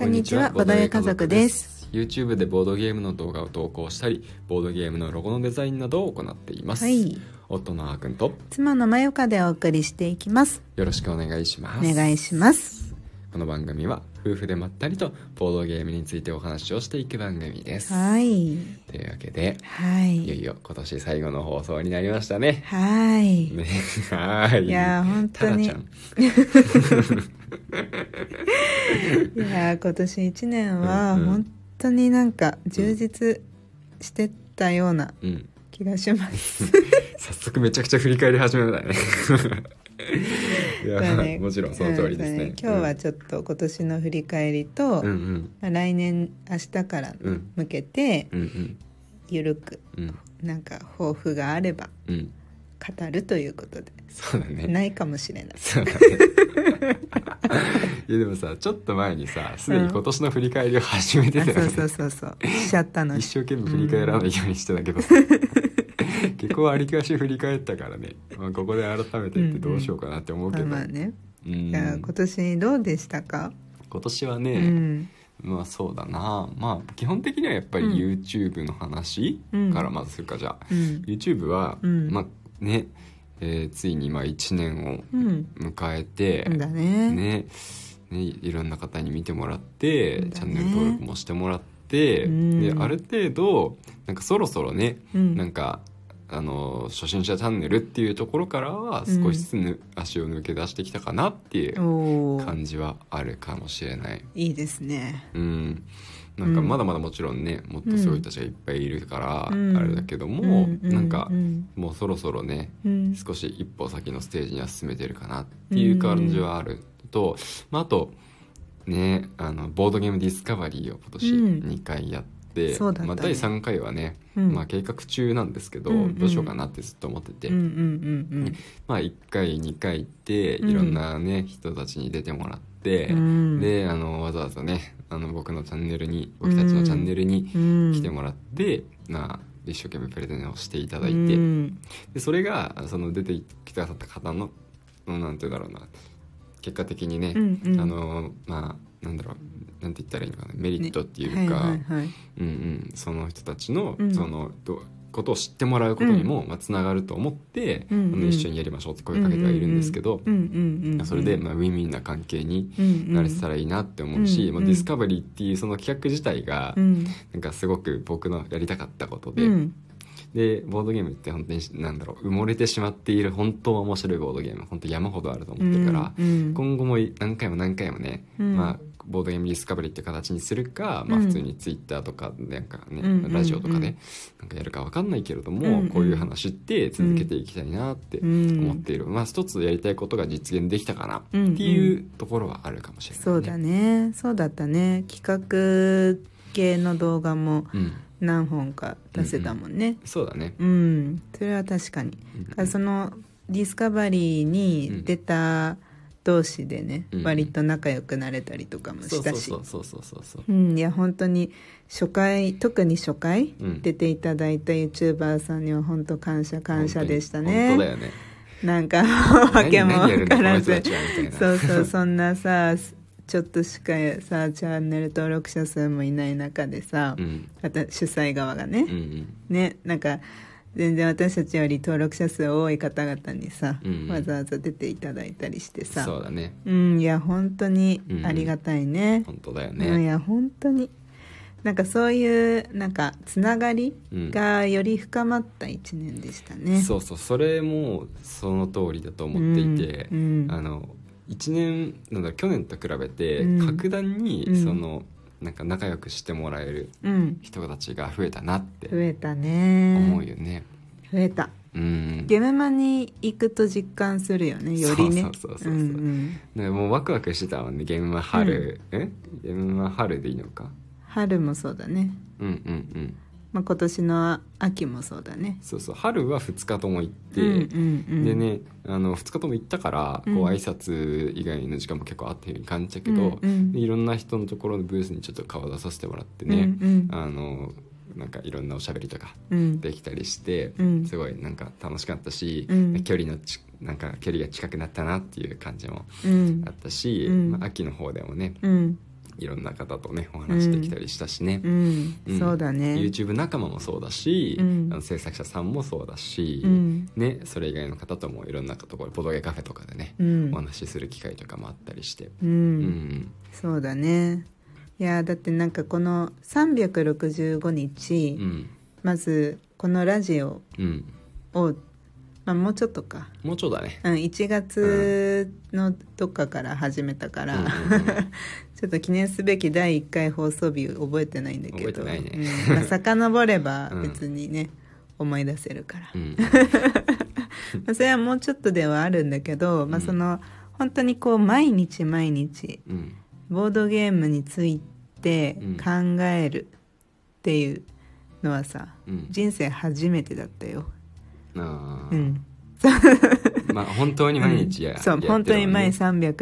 んにちは、ボドゲ家族です。 YouTube でボードゲームの動画を投稿したり、ボードゲームのロゴのデザインなどを行っています、夫のあーくんと妻のまゆかでお送りしていきます。 よろしくお願いします。 お願いします。 この番組は夫婦でまったりとボードゲームについてお話をしていく番組です。 はい。 というわけで、 いよいよ今年最後の放送になりましたね。 はい。 ね、はい。 いや本当に。 タラちゃんいや今年1年は本当になんか充実してたような気がします、 早速めちゃくちゃ振り返り始めたねいや、ね、もちろんその通りですね。 今日はちょっと今年の振り返りと、来年明日から向けて、ゆるく、なんか抱負があれば、語るということで。 そうだね。 ないかもしれない。 そうだねいやでもさ、ちょっと前にさ、すでに今年の振り返りを始めてたよね。 そうしちゃったの。 一生懸命振り返らないようにしてたけどさ、結構ありかし振り返ったからね、ここで改めてってどうしようかなって思うけど、 まあね。いや今年どうでしたか？ 今年はね、まあそうだな、まあ基本的にはやっぱり YouTube の話からまずするか。じゃあ、YouTube は、まあね、ついに1年を迎えて、ね、いろんな方に見てもらって、チャンネル登録もしてもらって、である程度なんかそろそろね、なんか初心者チャンネルっていうところからは少しずつ足を抜け出してきたかなっていう感じはあるかもしれない。 いいですね。 なんかまだまだもちろんね、もっとすごい人たちがいっぱいいるからあれだけども、なんかもうそろそろね、少し一歩先のステージには進めてるかなっていう感じはあると、あとね、ボードゲームディスカバリーを今年2回やって、第3回はね、計画中なんですけど、どうしようかなってずっと思ってて、1回2回行っていろんなね、人たちに出てもらって、でわざわざね、僕たちのチャンネルに来てもらって、一生懸命プレゼンをしていただいて、でそれがその出てきてくださった方のなんていうんだろうな、結果的にね、なんだろう、なんて言ったらいいのかな、メリットっていうか、その人たちのそのことを知ってもらうことにもつながると思って、一緒にやりましょうって声かけてはいるんですけど、それでウィンウィンな関係になれてたらいいなって思うし、ディスカバリーっていうその企画自体がなんかすごく僕のやりたかったことで、でボードゲームって本当に埋もれてしまっている本当は面白いボードゲーム本当山ほどあると思ってるから、今後も何回もね、ボードゲームディスカバリーって形にするか、普通にツイッターとかなんかね、ラジオとかでなんかやるか分かんないけれども、こういう話って続けていきたいなって思っている。一つやりたいことが実現できたかなっていうところはあるかもしれないね。 そうだね、そうだったね。企画系の動画も何本か出せたもんね。 そうだね。 それは確かに。そのディスカバリーに出た同士でね、割と仲良くなれたりとかもしたし、いや本当に特に初回出ていただいた YouTuber さんには本当感謝でしたね。 本当だよね。 なんかわけも分からず、そんなさ、ちょっとしかさチャンネル登録者数もいない中でさ、主催側がね、なんか全然私たちより登録者数多い方々にさ、わざわざ出ていただいたりしてさ、 そうだね。 いや本当にありがたいね。 本当だよね。 いや本当になんかそういうなんかつながりがより深まった一年でしたね。 それもその通りだと思っていて、1年去年と比べて格段になんか仲良くしてもらえる人たちが増えたなって思うよね。 増えた。ゲメマに行くと実感するよね、よりね。もうワクワクしてたもんね。ゲームマ春、ゲームマ春でいいのか。 春もそうだね。今年の秋もそうだね。 春は2日とも行って、でね、2日とも行ったからこう挨拶以外の時間も結構あったように感じたけど、いろんな人のところのブースにちょっと顔出させてもらってね、なんかいろんなおしゃべりとかできたりして、すごいなんか楽しかったし、距離が近くなったなっていう感じもあったし、秋の方でもね、 いろんな方とねお話できたりしたしね、 そうだね。 YouTube 仲間もそうだし、制作者さんもそうだし、ね、それ以外の方ともいろんなところボドゲカフェとかでね、お話しする機会とかもあったりして、 そうだね。いやだってなんかこの365日、まずこのラジオを、もうちょっとか、 もうちょっとだね、 1月のどっかから始めたから、ちょっと記念すべき第1回放送日覚えてないんだけど、 覚えてないね、 遡れば別にね、思い出せるから、それはもうちょっとではあるんだけど、その本当にこう毎日毎日、ボードゲームについて考えるっていうのはさ、人生初めてだったよ。 本当に毎日やってるもんね。 そう本当に毎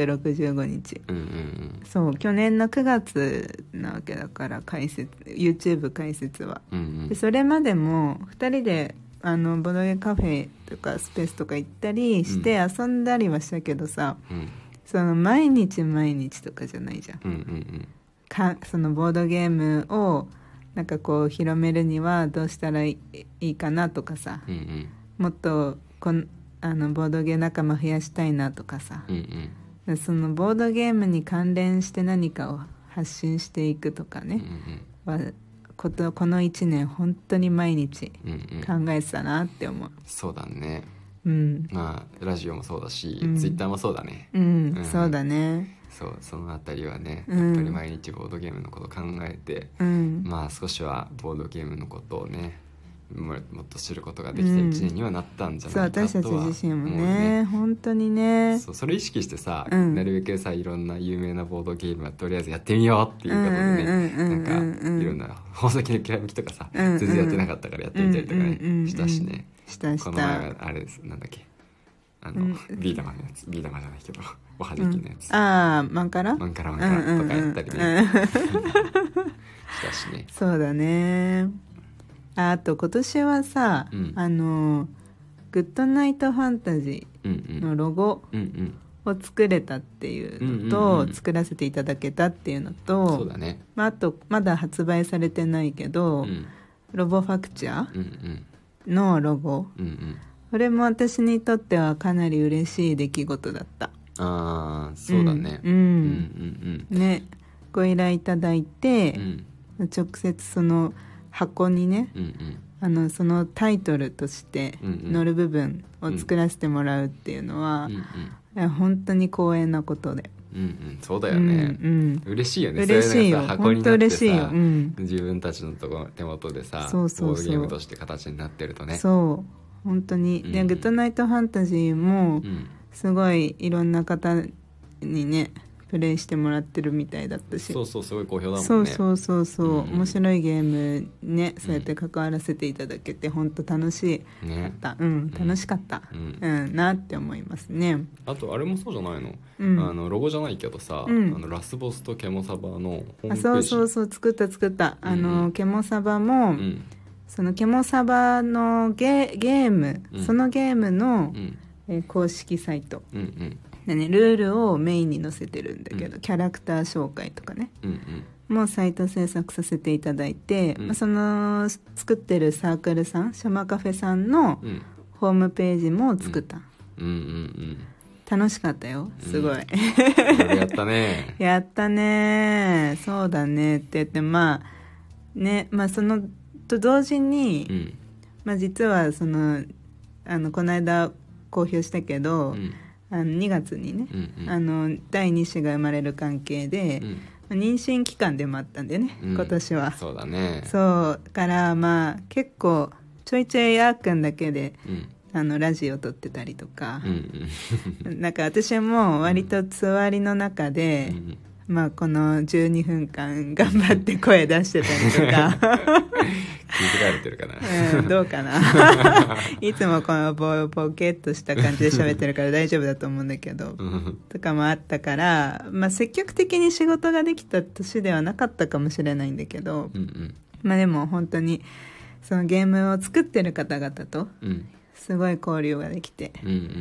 365日、そう去年の9月なわけだから、YouTube 解説は、でそれまでも2人でボドゲカフェとかスペースとか行ったりして遊んだりはしたけどさ、その毎日毎日とかじゃないじゃん、そのボードゲームをなんかこう広めるにはどうしたらいいかなとかさ、もっとボードゲー仲間増やしたいなとかさ、そのボードゲームに関連して何かを発信していくとかね、この1年本当に毎日考えてたなって思う。 そうだね、ラジオもそうだし、Twitter もそうだね、 そうだね。 そのあたりはね、やっぱり毎日ボードゲームのこと考えて、少しはボードゲームのことをねもっと知ることができた1年にはなったんじゃないかとは、 そう私たち自身もね、本当にね、 それ意識してさ、なるべくさいろんな有名なボードゲームはとりあえずやってみようっていうことでね、なんかいろんな宝石のきらめきとかさ、全然やってなかったからやってみたりとかね、したしね、この前はあれです、なんだっけ、ビー玉のやつ、ビー玉じゃないけどおはじきのやつ、 マンカラとかやったりねしたしね。 そうだね。あと今年はさ、グッドナイトファンタジーのロゴを作れたっていうのと、作らせていただけたっていうのと、 そうだね、 あとまだ発売されてないけど、ロボファクチャーのロゴ、これも私にとってはかなり嬉しい出来事だった。 そうだね、 ね、ご依頼いただいて、直接その箱にね、そのタイトルとして載る部分を作らせてもらうっていうのは、本当に光栄なことで、 そうだよね、嬉しいよね。 嬉しいよ、本当嬉しいよ、 自分たちの手元でさ、ボードゲームとして形になってるとね、 そう本当に、でグッドナイトファンタジーもすごいいろんな方にねプレイしてもらってるみたいだったし、 すごい好評だもんね。 面白いゲームね、そうやって関わらせていただけて本当楽しかった、楽しかった、なって思いますね。 あとあれもそうじゃないの、ロゴじゃないけどさ、ラスボスとケモサバのホームページ、 そう作ったケモサバも、そのケモサバのゲーム、そのゲームの、公式サイト、でね、ルールをメインに載せてるんだけど、キャラクター紹介とかね、もうサイト制作させていただいて、その作ってるサークルさん、シャマカフェさんのホームページも作った、楽しかったよ、すごい、 やったねやったね、そうだねって言って、そのと同時に、実はそのこの間公表したけど、2月にね、第2子が生まれる関係で、妊娠期間でもあったんでね、今年は。 そうだね。 そうから結構ちょいちょいあーくんだけで、ラジオ撮ってたりとか、なんか私も割とつわりの中で、この12分間頑張って声出してたりとか気づかれてるかな、 どうかないつもこのボケっとした感じで喋ってるから大丈夫だと思うんだけどとかもあったから、積極的に仕事ができた年ではなかったかもしれないんだけど、でも本当にそのゲームを作ってる方々とすごい交流ができて、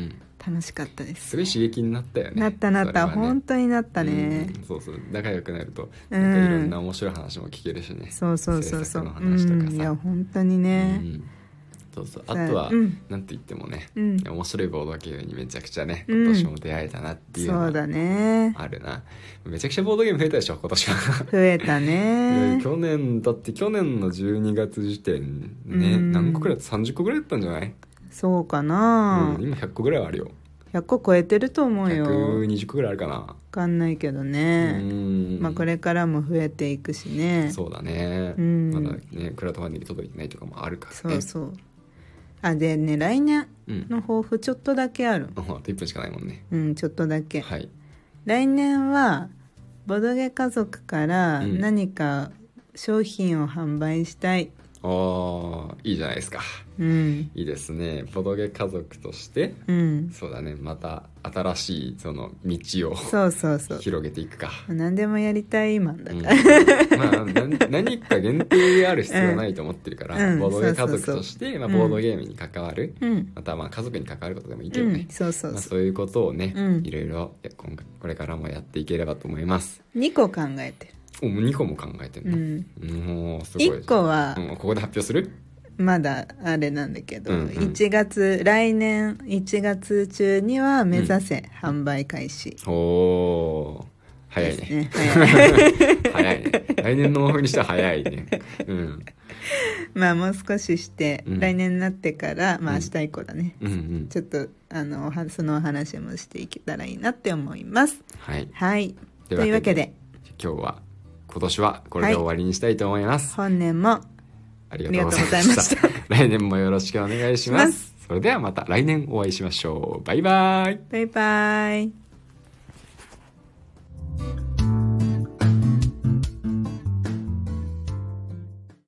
楽しかったです。 すごい刺激になったよね。 なった、ね、本当になったね、 そうそう、仲良くなるとなんかいろんな面白い話も聞けるしね、 そう制作の話とかさ、いや本当にね、 そうそう、あとは、なんて言ってもね、面白いボードゲームにめちゃくちゃね今年も出会えたなっていうのは、そうだね、あるな。めちゃくちゃボードゲーム増えたでしょ今年は。 増えたね。 去年の12月時点ね、何個くらいだった？30個くらいだったんじゃない？ そうかな、 今100個ぐらいはあるよ。 100個超えてると思うよ。 120個ぐらいあるかな、分かんないけどね。まあこれからも増えていくしね。 そうだね、まだねクラウドファンディング届いてないとかもあるからね。 そうそう。あ、でね、来年の抱負ちょっとだけある。 あと1分しかないもんね。 ちょっとだけ、 はい、 来年はボドゲ家族から何か商品を販売したい。 いいじゃないですか、いいですね。ボドゲ家族として、そうだね、また新しいその道を広げていくか。 何でもやりたいマンだから、 まあ何か限定である必要はないと思ってるから、ボドゲ家族としてボードゲームに関わる、また家族に関わることでもいいけどね、そういうことをね、いろいろこれからもやっていければと思います。 2個考えてる。 2個も考えてるの、もうすごい。1個は、ここで発表する？ まだあれなんだけど、来年1月中には目指せ、販売開始。 おー、早いね。早いね。来年の目標にしては早いね。 まあもう少しして、来年になってから、まあ明日以降だね、ちょっとそのお話もしていけたらいいなって思います。はい、というわけで今年はこれで終わりにしたいと思います。 本年もありがとうございました。来年もよろしくお願いします。それではまた来年お会いしましょう。バイバイ。 バイバイ。